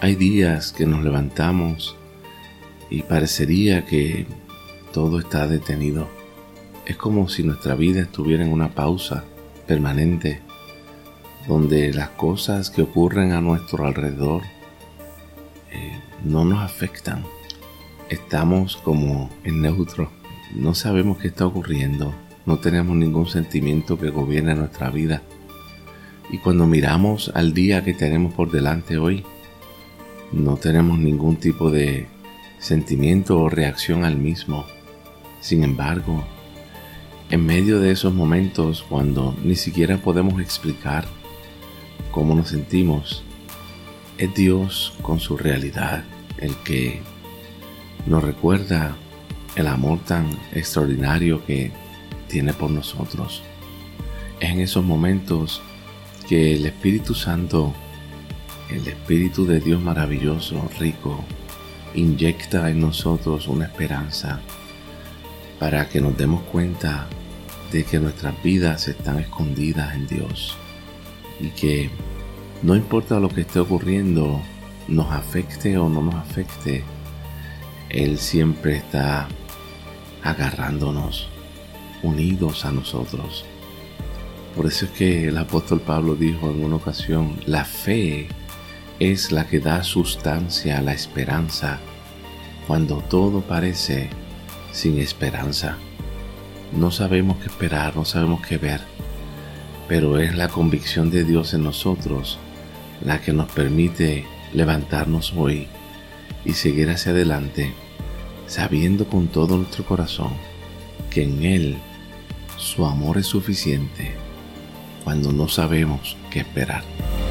Hay días que nos levantamos y parecería que todo está detenido. Es como si nuestra vida estuviera en una pausa permanente, donde las cosas que ocurren a nuestro alrededor no nos afectan. Estamos como en neutro, no sabemos qué está ocurriendo, no tenemos ningún sentimiento que gobierne nuestra vida. Y cuando miramos al día que tenemos por delante hoy, no tenemos ningún tipo de sentimiento o reacción al mismo. Sin embargo, en medio de esos momentos, cuando ni siquiera podemos explicar cómo nos sentimos, es Dios con su realidad el que nos recuerda el amor tan extraordinario que tiene por nosotros. Es en esos momentos que el Espíritu Santo, el Espíritu de Dios maravilloso, rico, inyecta en nosotros una esperanza para que nos demos cuenta de que nuestras vidas están escondidas en Dios y que no importa lo que esté ocurriendo, nos afecte o no nos afecte, Él siempre está agarrándonos, unidos a nosotros. Por eso es que el apóstol Pablo dijo en una ocasión: la fe es la que da sustancia a la esperanza cuando todo parece sin esperanza. No sabemos qué esperar, no sabemos qué ver, pero es la convicción de Dios en nosotros la que nos permite levantarnos hoy y seguir hacia adelante, sabiendo con todo nuestro corazón que en Él su amor es suficiente cuando no sabemos qué esperar.